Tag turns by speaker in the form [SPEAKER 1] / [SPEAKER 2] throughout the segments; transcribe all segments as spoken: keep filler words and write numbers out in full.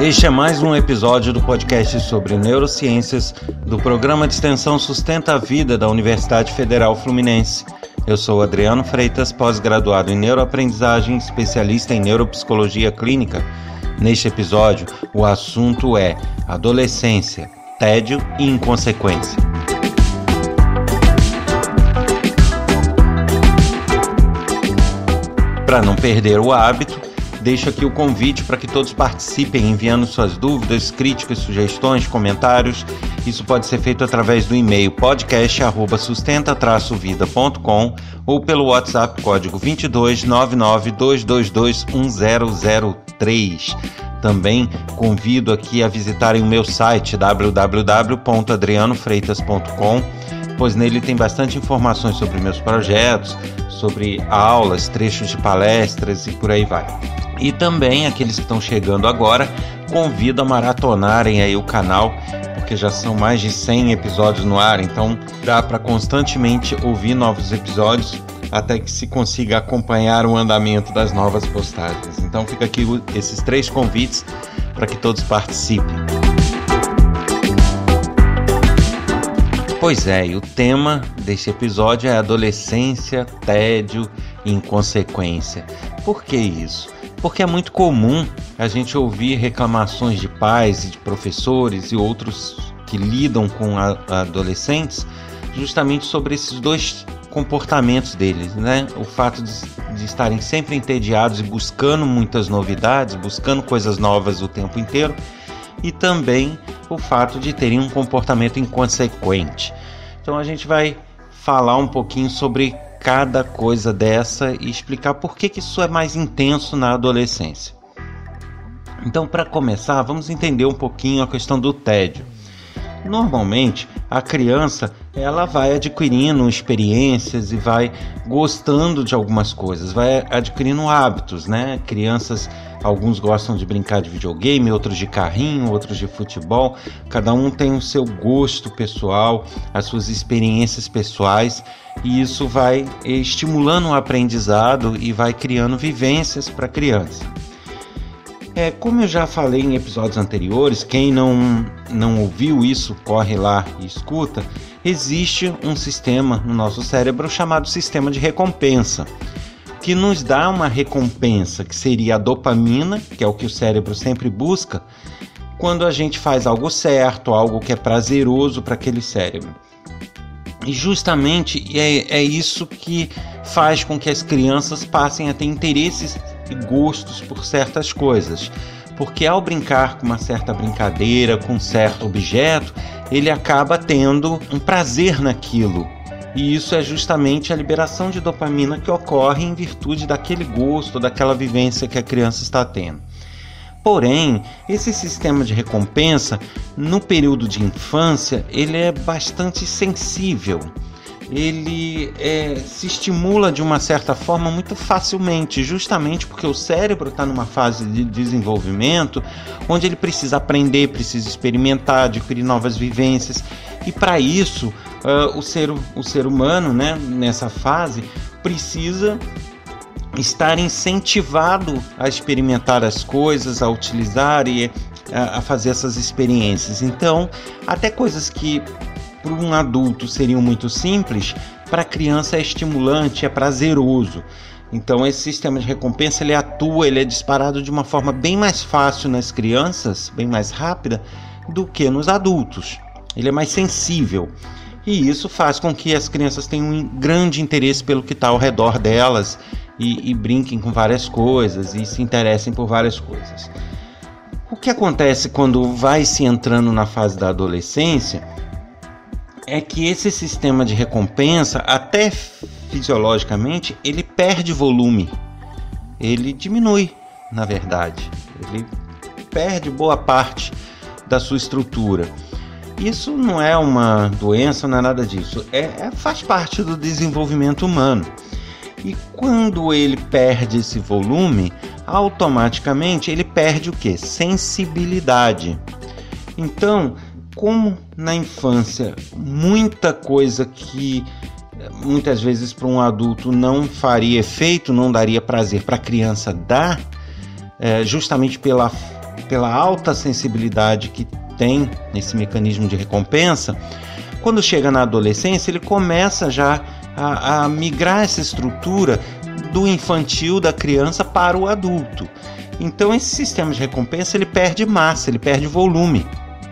[SPEAKER 1] Este é mais um episódio do podcast sobre neurociências do programa de extensão Sustenta a Vida da Universidade Federal Fluminense. Eu sou Adriano Freitas, pós-graduado em neuroaprendizagem, especialista em neuropsicologia clínica. Neste episódio, o assunto é adolescência, tédio e inconsequência. Para não perder o hábito, deixo aqui o convite para que todos participem enviando suas dúvidas, críticas, sugestões, comentários. Isso pode ser feito através do e-mail podcast arroba sustenta traço vida ponto com ou pelo WhatsApp código dois dois nove nove dois dois dois um zero zero três. Também convido aqui a visitarem o meu site w w w ponto adriano freitas ponto com, pois nele tem bastante informações sobre meus projetos, sobre aulas, trechos de palestras e por aí vai. E também aqueles que estão chegando agora, convido a maratonarem aí o canal, porque já são mais de cem episódios no ar, então dá para constantemente ouvir novos episódios até que se consiga acompanhar o andamento das novas postagens. Então fica aqui esses três convites para que todos participem. Pois é, e o tema deste episódio é adolescência, tédio e inconsequência. Por que isso? Porque é muito comum a gente ouvir reclamações de pais e de professores e outros que lidam com a, adolescentes justamente sobre esses dois comportamentos deles, né? O fato de, de estarem sempre entediados e buscando muitas novidades, buscando coisas novas o tempo inteiro, e também o fato de terem um comportamento inconsequente. Então a gente vai falar um pouquinho sobre cada coisa dessa e explicar por que, que isso é mais intenso na adolescência. Então, para começar, vamos entender um pouquinho a questão do tédio. Normalmente, a criança ela vai adquirindo experiências e vai gostando de algumas coisas, vai adquirindo hábitos, né? Crianças, alguns gostam de brincar de videogame, outros de carrinho, outros de futebol. Cada um tem o seu gosto pessoal, as suas experiências pessoais, e isso vai estimulando o aprendizado e vai criando vivências para a criança. É, como eu já falei em episódios anteriores, quem não, não ouviu isso, corre lá e escuta, existe um sistema no nosso cérebro chamado sistema de recompensa, que nos dá uma recompensa, que seria a dopamina, que é o que o cérebro sempre busca, quando a gente faz algo certo, algo que é prazeroso para aquele cérebro. E justamente é, é isso que faz com que as crianças passem a ter interesses e gostos por certas coisas, porque ao brincar com uma certa brincadeira, com um certo objeto, ele acaba tendo um prazer naquilo, e isso é justamente a liberação de dopamina que ocorre em virtude daquele gosto, daquela vivência que a criança está tendo. Porém, esse sistema de recompensa, no período de infância, ele é bastante sensível. Ele é, se estimula de uma certa forma muito facilmente, justamente porque o cérebro está numa fase de desenvolvimento onde ele precisa aprender, precisa experimentar, adquirir novas vivências, e para isso uh, o, ser, o ser humano, né, nessa fase precisa estar incentivado a experimentar as coisas, a utilizar e a, a fazer essas experiências. Então, até coisas que para um adulto seriam muito simples, para a criança é estimulante, é prazeroso. Então esse sistema de recompensa ele atua, ele é disparado de uma forma bem mais fácil nas crianças, bem mais rápida, do que nos adultos. Ele é mais sensível. E isso faz com que as crianças tenham um grande interesse pelo que está ao redor delas e, e brinquem com várias coisas e se interessem por várias coisas. O que acontece quando vai se entrando na fase da adolescência é que esse sistema de recompensa, até fisiologicamente, ele perde volume, ele diminui, na verdade, ele perde boa parte da sua estrutura. Isso não é uma doença, não é nada disso, é, é, faz parte do desenvolvimento humano. E quando ele perde esse volume, automaticamente ele perde o quê? Sensibilidade. Então, como na infância muita coisa que muitas vezes para um adulto não faria efeito, não daria prazer, para a criança dá, é, justamente pela pela alta sensibilidade que tem nesse mecanismo de recompensa, quando chega na adolescência, ele começa já a, a migrar essa estrutura do infantil, da criança, para o adulto. Então esse sistema de recompensa ele perde massa, ele perde volume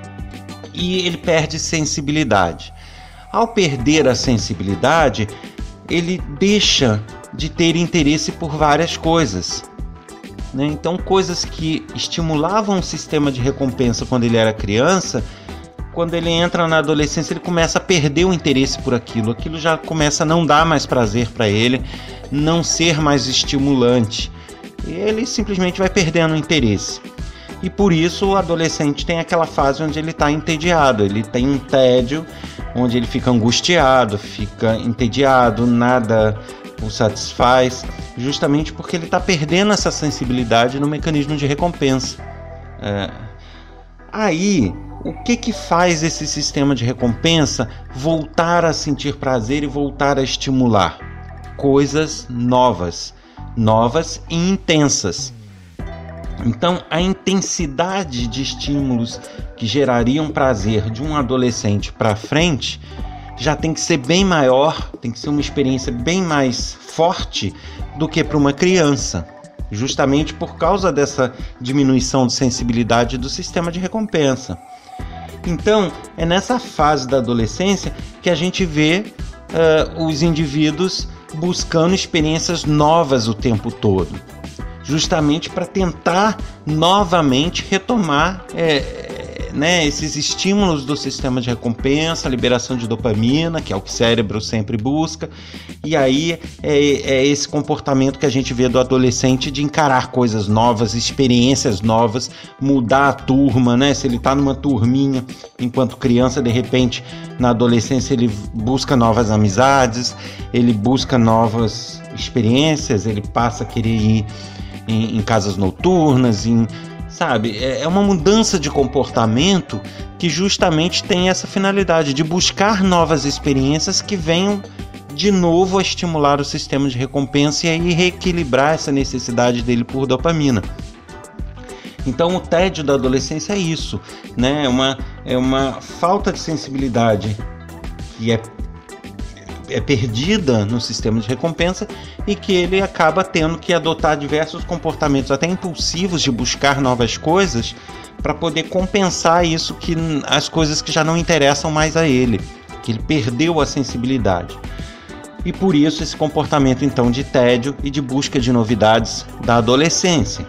[SPEAKER 1] e ele perde sensibilidade. Ao perder a sensibilidade, ele deixa de ter interesse por várias coisas, né? Então coisas que estimulavam o sistema de recompensa quando ele era criança, quando ele entra na adolescência ele começa a perder o interesse por aquilo, aquilo já começa a não dar mais prazer para ele, não ser mais estimulante, e ele simplesmente vai perdendo o interesse. E por isso o adolescente tem aquela fase onde ele está entediado, ele tem um tédio, onde ele fica angustiado, fica entediado, nada o satisfaz, justamente porque ele está perdendo essa sensibilidade no mecanismo de recompensa. É. Aí, o que que faz esse sistema de recompensa voltar a sentir prazer e voltar a estimular? Coisas novas, novas e intensas. Então, a intensidade de estímulos que gerariam prazer de um adolescente para frente já tem que ser bem maior, tem que ser uma experiência bem mais forte do que para uma criança, justamente por causa dessa diminuição de sensibilidade do sistema de recompensa. Então, é nessa fase da adolescência que a gente vê uh, os indivíduos buscando experiências novas o tempo todo, justamente para tentar novamente retomar é, né, esses estímulos do sistema de recompensa, a liberação de dopamina, que é o que o cérebro sempre busca, e aí é, é esse comportamento que a gente vê do adolescente de encarar coisas novas, experiências novas, mudar a turma, né? Se ele está numa turminha enquanto criança, de repente na adolescência ele busca novas amizades, ele busca novas experiências, ele passa a querer ir em, em casas noturnas, em sabe, é uma mudança de comportamento que justamente tem essa finalidade de buscar novas experiências que venham de novo a estimular o sistema de recompensa e aí reequilibrar essa necessidade dele por dopamina. Então o tédio da adolescência é isso, né? É uma, é uma falta de sensibilidade que é é perdida no sistema de recompensa e que ele acaba tendo que adotar diversos comportamentos até impulsivos de buscar novas coisas para poder compensar isso, que as coisas que já não interessam mais a ele, que ele perdeu a sensibilidade. E por isso esse comportamento então de tédio e de busca de novidades da adolescência.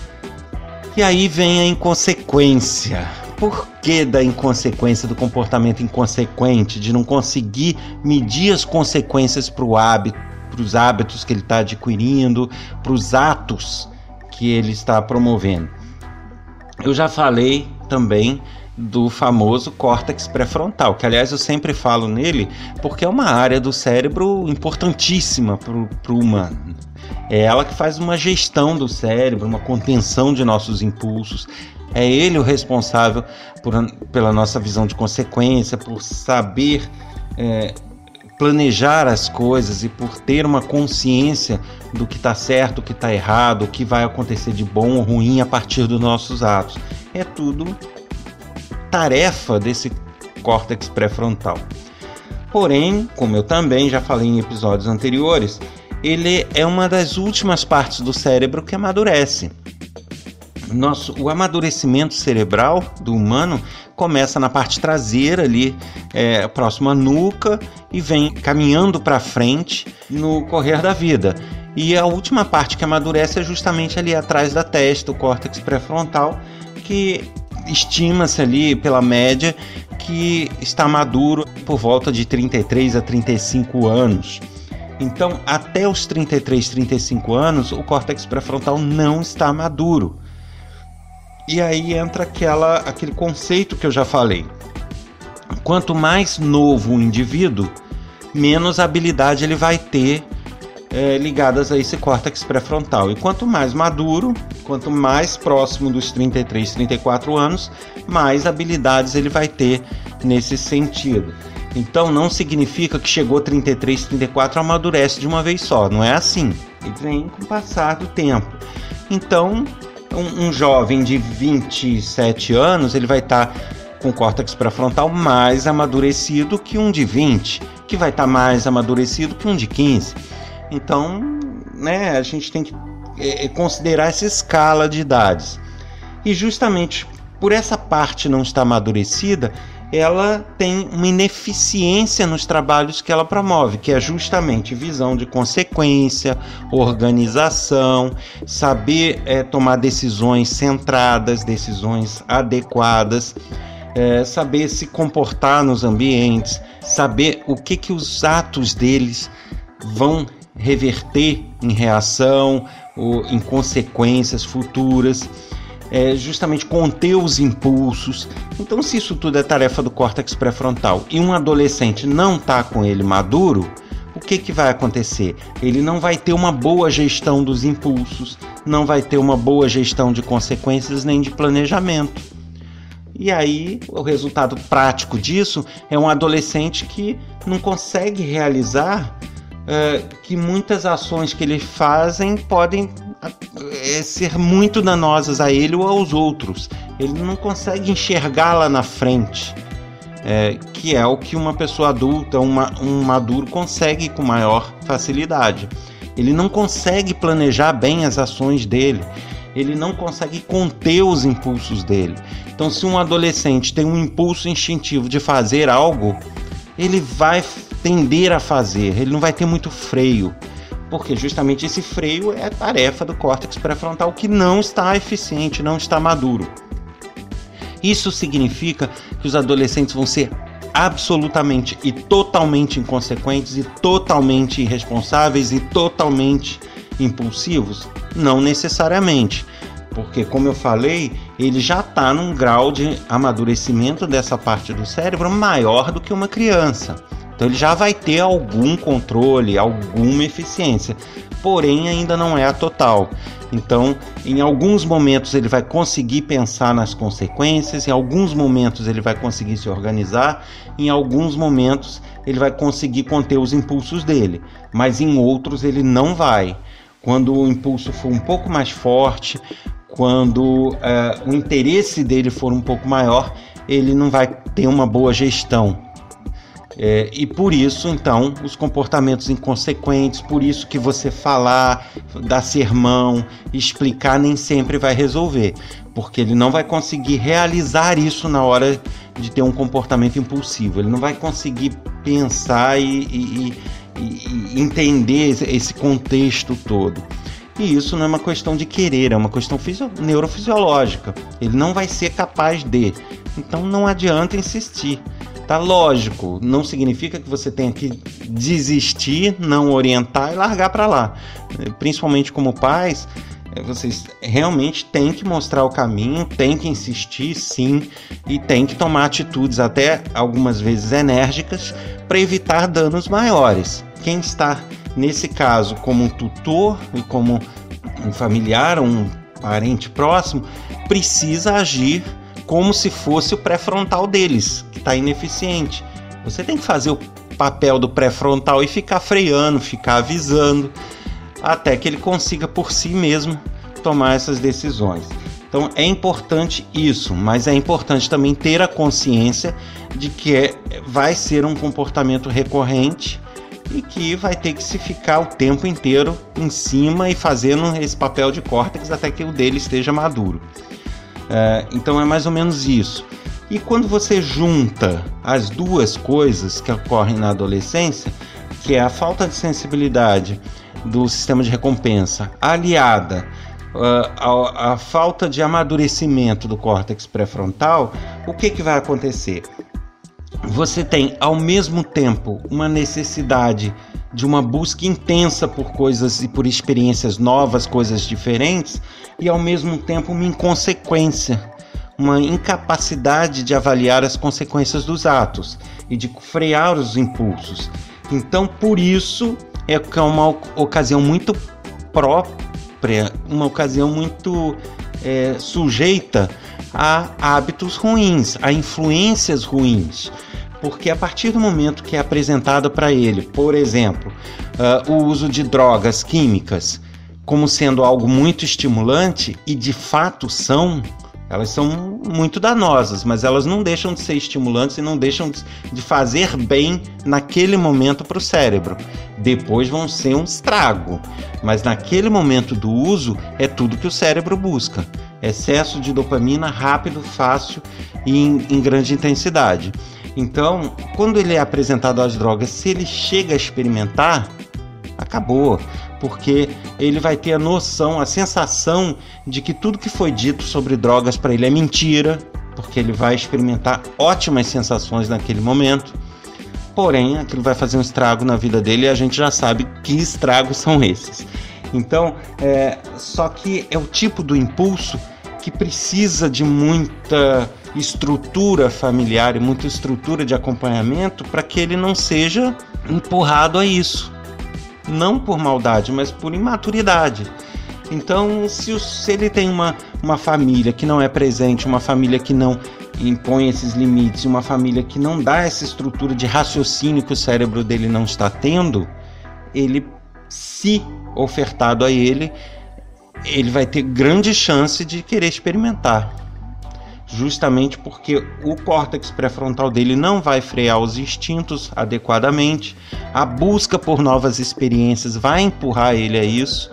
[SPEAKER 1] E aí vem a inconsequência. Por que da inconsequência, do comportamento inconsequente, de não conseguir medir as consequências para o hábito, para os hábitos que ele está adquirindo, para os atos que ele está promovendo? Eu já falei também do famoso córtex pré-frontal, que aliás eu sempre falo nele porque é uma área do cérebro importantíssima para o humano. É ela que faz uma gestão do cérebro, uma contenção de nossos impulsos. É ele o responsável por, pela nossa visão de consequência, por saber é, planejar as coisas e por ter uma consciência do que está certo, o que está errado, o que vai acontecer de bom ou ruim a partir dos nossos atos. É tudo tarefa desse córtex pré-frontal. Porém, como eu também já falei em episódios anteriores, ele é uma das últimas partes do cérebro que amadurece. Nosso, o amadurecimento cerebral do humano começa na parte traseira ali, é, próximo à nuca, e vem caminhando para frente no correr da vida. E a última parte que amadurece é justamente ali atrás da testa, o córtex pré-frontal, que estima-se ali pela média que está maduro por volta de trinta e três a trinta e cinco anos. Então, até os trinta e três, trinta e cinco anos, o córtex pré-frontal não está maduro. E aí entra aquela, aquele conceito que eu já falei. Quanto mais novo o indivíduo, menos habilidade ele vai ter é, ligadas a esse córtex pré-frontal. E quanto mais maduro, quanto mais próximo dos trinta e três, trinta e quatro anos, mais habilidades ele vai ter nesse sentido. Então não significa que chegou trinta e três, trinta e quatro amadurece de uma vez só. Não é assim. Ele vem com o passar do tempo. Então um, um jovem de vinte e sete anos, ele vai estar tá com o córtex pré-frontal mais amadurecido que um de vinte, que vai estar tá mais amadurecido que um de quinze. Então, né, a gente tem que é, considerar essa escala de idades. E justamente por essa parte não estar amadurecida, ela tem uma ineficiência nos trabalhos que ela promove, que é justamente visão de consequência, organização, saber é, tomar decisões centradas, decisões adequadas, é, saber se comportar nos ambientes, saber o que, que os atos deles vão reverter em reação ou em consequências futuras. É justamente conter os impulsos. Então, se isso tudo é tarefa do córtex pré-frontal e um adolescente não está com ele maduro, o que, que vai acontecer? Ele não vai ter uma boa gestão dos impulsos, não vai ter uma boa gestão de consequências nem de planejamento. E aí, o resultado prático disso é um adolescente que não consegue realizar uh, que muitas ações que ele fazem podem é ser muito danosas a ele ou aos outros. Ele não consegue enxergar lá na frente, é, que é o que uma pessoa adulta, uma, um maduro consegue com maior facilidade. Ele não consegue planejar bem as ações dele, ele não consegue conter os impulsos dele. Então, se um adolescente tem um impulso instintivo de fazer algo, ele vai tender a fazer, ele não vai ter muito freio, porque justamente esse freio é tarefa do córtex pré-frontal que não está eficiente, não está maduro. Isso significa que os adolescentes vão ser absolutamente e totalmente inconsequentes e totalmente irresponsáveis e totalmente impulsivos? Não necessariamente, porque, como eu falei, ele já está num grau de amadurecimento dessa parte do cérebro maior do que uma criança. Então ele já vai ter algum controle, alguma eficiência, porém ainda não é a total. Então, em alguns momentos ele vai conseguir pensar nas consequências, em alguns momentos ele vai conseguir se organizar, em alguns momentos ele vai conseguir conter os impulsos dele, mas em outros ele não vai. Quando o impulso for um pouco mais forte, quando uh, o interesse dele for um pouco maior, ele não vai ter uma boa gestão. É, e por isso, então, os comportamentos inconsequentes, por isso que você falar, dar sermão, explicar nem sempre vai resolver, porque ele não vai conseguir realizar isso na hora de ter um comportamento impulsivo, ele não vai conseguir pensar e, e, e, e entender esse contexto todo. E isso não é uma questão de querer, é uma questão fisio- neurofisiológica, ele não vai ser capaz de, então não adianta insistir. Tá, lógico, não significa que você tenha que desistir, não orientar e largar para lá. Principalmente como pais, vocês realmente têm que mostrar o caminho, têm que insistir sim, e têm que tomar atitudes até algumas vezes enérgicas para evitar danos maiores. Quem está nesse caso como um tutor e como um familiar ou um parente próximo precisa agir como se fosse o pré-frontal deles, que está ineficiente. Você tem que fazer o papel do pré-frontal e ficar freando, ficar avisando, até que ele consiga por si mesmo tomar essas decisões. Então é importante isso, mas é importante também ter a consciência de que é, vai ser um comportamento recorrente e que vai ter que se ficar o tempo inteiro em cima e fazendo esse papel de córtex até que o dele esteja maduro. É, então é mais ou menos isso. E quando você junta as duas coisas que ocorrem na adolescência, que é a falta de sensibilidade do sistema de recompensa aliada uh, à, à falta de amadurecimento do córtex pré-frontal, o que, que vai acontecer? Você tem ao mesmo tempo uma necessidade de uma busca intensa por coisas e por experiências novas, coisas diferentes, e ao mesmo tempo uma inconsequência, uma incapacidade de avaliar as consequências dos atos e de frear os impulsos. Então, por isso, é que é uma ocasião muito própria, uma ocasião muito é, sujeita a hábitos ruins, a influências ruins. Porque a partir do momento que é apresentado para ele, por exemplo, uh, o uso de drogas químicas, como sendo algo muito estimulante, e de fato são, elas são muito danosas, mas elas não deixam de ser estimulantes e não deixam de fazer bem naquele momento para o cérebro. Depois vão ser um estrago, mas naquele momento do uso é tudo que o cérebro busca. Excesso de dopamina rápido, fácil e em, em grande intensidade. Então, quando ele é apresentado às drogas, se ele chega a experimentar, acabou, porque ele vai ter a noção, a sensação de que tudo que foi dito sobre drogas para ele é mentira, porque ele vai experimentar ótimas sensações naquele momento, porém aquilo vai fazer um estrago na vida dele e a gente já sabe que estragos são esses. Então, é, só que é o tipo do impulso que precisa de muita estrutura familiar e muita estrutura de acompanhamento para que ele não seja empurrado a isso. Não por maldade, mas por imaturidade. Então, se, o, se ele tem uma, uma família que não é presente, uma família que não impõe esses limites, uma família que não dá essa estrutura de raciocínio que o cérebro dele não está tendo, ele, se ofertado a ele, ele vai ter grande chance de querer experimentar. Justamente porque o córtex pré-frontal dele não vai frear os instintos adequadamente, a busca por novas experiências vai empurrar ele a isso,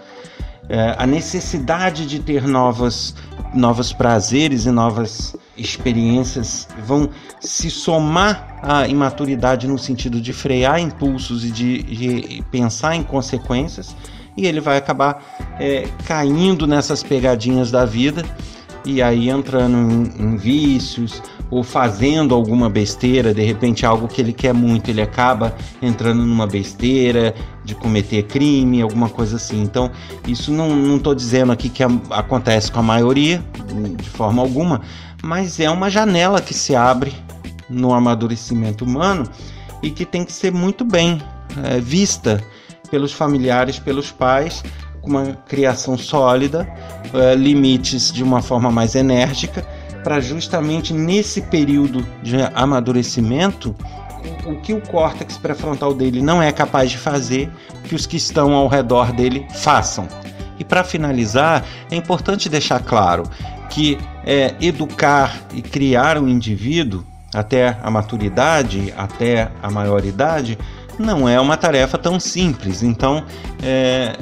[SPEAKER 1] é, a necessidade de ter novas, novos prazeres e novas experiências vão se somar à imaturidade no sentido de frear impulsos e de, de pensar em consequências, e ele vai acabar é, caindo nessas pegadinhas da vida, e aí entrando em, em vícios ou fazendo alguma besteira, de repente algo que ele quer muito, ele acaba entrando numa besteira de cometer crime, alguma coisa assim. Então, isso não estou dizendo aqui que a, acontece com a maioria, de forma alguma, mas é uma janela que se abre no amadurecimento humano e que tem que ser muito bem é, vista pelos familiares, pelos pais, com uma criação sólida, uh, limites de uma forma mais enérgica, para justamente nesse período de amadurecimento, o, o que o córtex pré-frontal dele não é capaz de fazer, que os que estão ao redor dele façam. E para finalizar, é importante deixar claro que é, educar e criar um indivíduo até a maturidade, até a maioridade, não é uma tarefa tão simples. Então, é,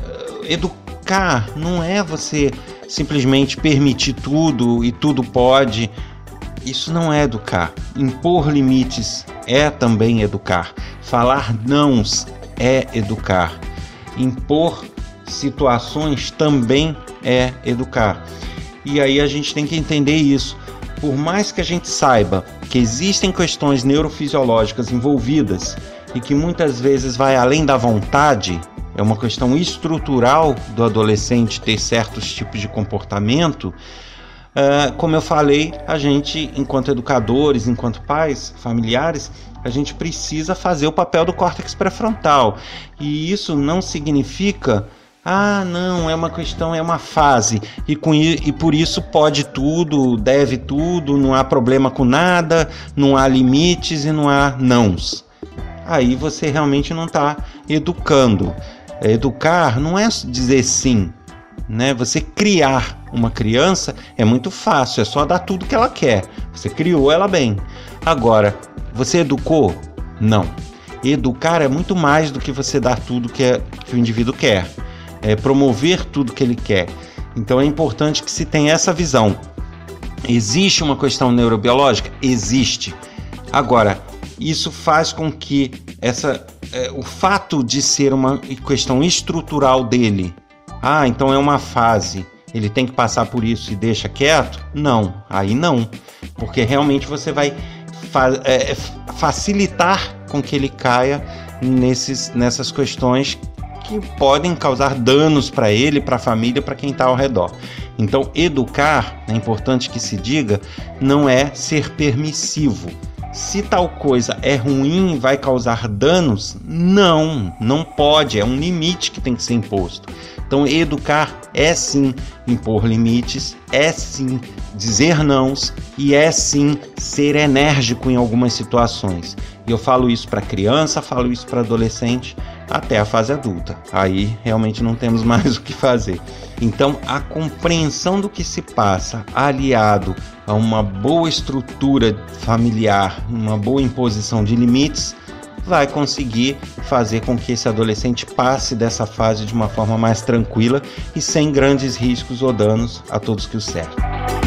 [SPEAKER 1] educar não é você simplesmente permitir tudo e tudo pode. Isso não é educar. Impor limites é também educar. Falar nãos é educar. Impor situações também é educar. E aí a gente tem que entender isso. Por mais que a gente saiba que existem questões neurofisiológicas envolvidas e que muitas vezes vai além da vontade, é uma questão estrutural do adolescente ter certos tipos de comportamento, uh, como eu falei, a gente, enquanto educadores, enquanto pais, familiares, a gente precisa fazer o papel do córtex pré-frontal. E isso não significa, ah, não, é uma questão, é uma fase, e, com, e por isso pode tudo, deve tudo, não há problema com nada, não há limites e não há nãos. Aí você realmente não está educando. Educar não é dizer sim, né? Você criar uma criança é muito fácil, é só dar tudo que ela quer. Você criou ela bem. Agora, você educou? Não. Educar é muito mais do que você dar tudo que, é, que o indivíduo quer. É promover tudo que ele quer. Então é importante que se tenha essa visão. Existe uma questão neurobiológica? Existe. Agora, isso faz com que essa, é, o fato de ser uma questão estrutural dele, ah, então é uma fase, ele tem que passar por isso e deixa quieto? Não, aí não, porque realmente você vai fa- é, facilitar com que ele caia nesses, nessas questões que podem causar danos para ele, para a família, para quem está ao redor. Então, educar, é importante que se diga, não é ser permissivo. Se tal coisa é ruim e vai causar danos, não, não pode, é um limite que tem que ser imposto. Então, educar é sim impor limites, é sim dizer nãos e é sim ser enérgico em algumas situações. E eu falo isso para criança, falo isso para adolescente, até a fase adulta. Aí realmente não temos mais o que fazer. Então, a compreensão do que se passa, aliado a uma boa estrutura familiar, uma boa imposição de limites, vai conseguir fazer com que esse adolescente passe dessa fase de uma forma mais tranquila e sem grandes riscos ou danos a todos que o cercam.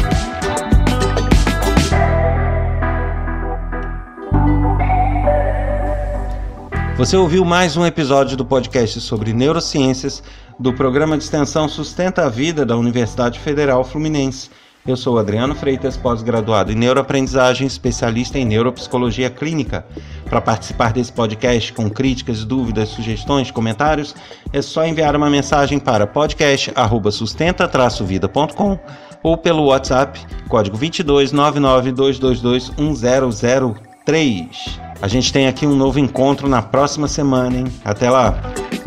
[SPEAKER 1] Você ouviu mais um episódio do podcast sobre neurociências do programa de extensão Sustenta a Vida da Universidade Federal Fluminense. Eu sou Adriano Freitas, pós-graduado em neuroaprendizagem, especialista em neuropsicologia clínica. Para participar desse podcast com críticas, dúvidas, sugestões, comentários, é só enviar uma mensagem para podcast arroba sustenta traço vida ponto com ou pelo WhatsApp, código dois dois nove nove dois dois dois um zero zero três. A gente tem aqui um novo encontro na próxima semana, hein? Até lá!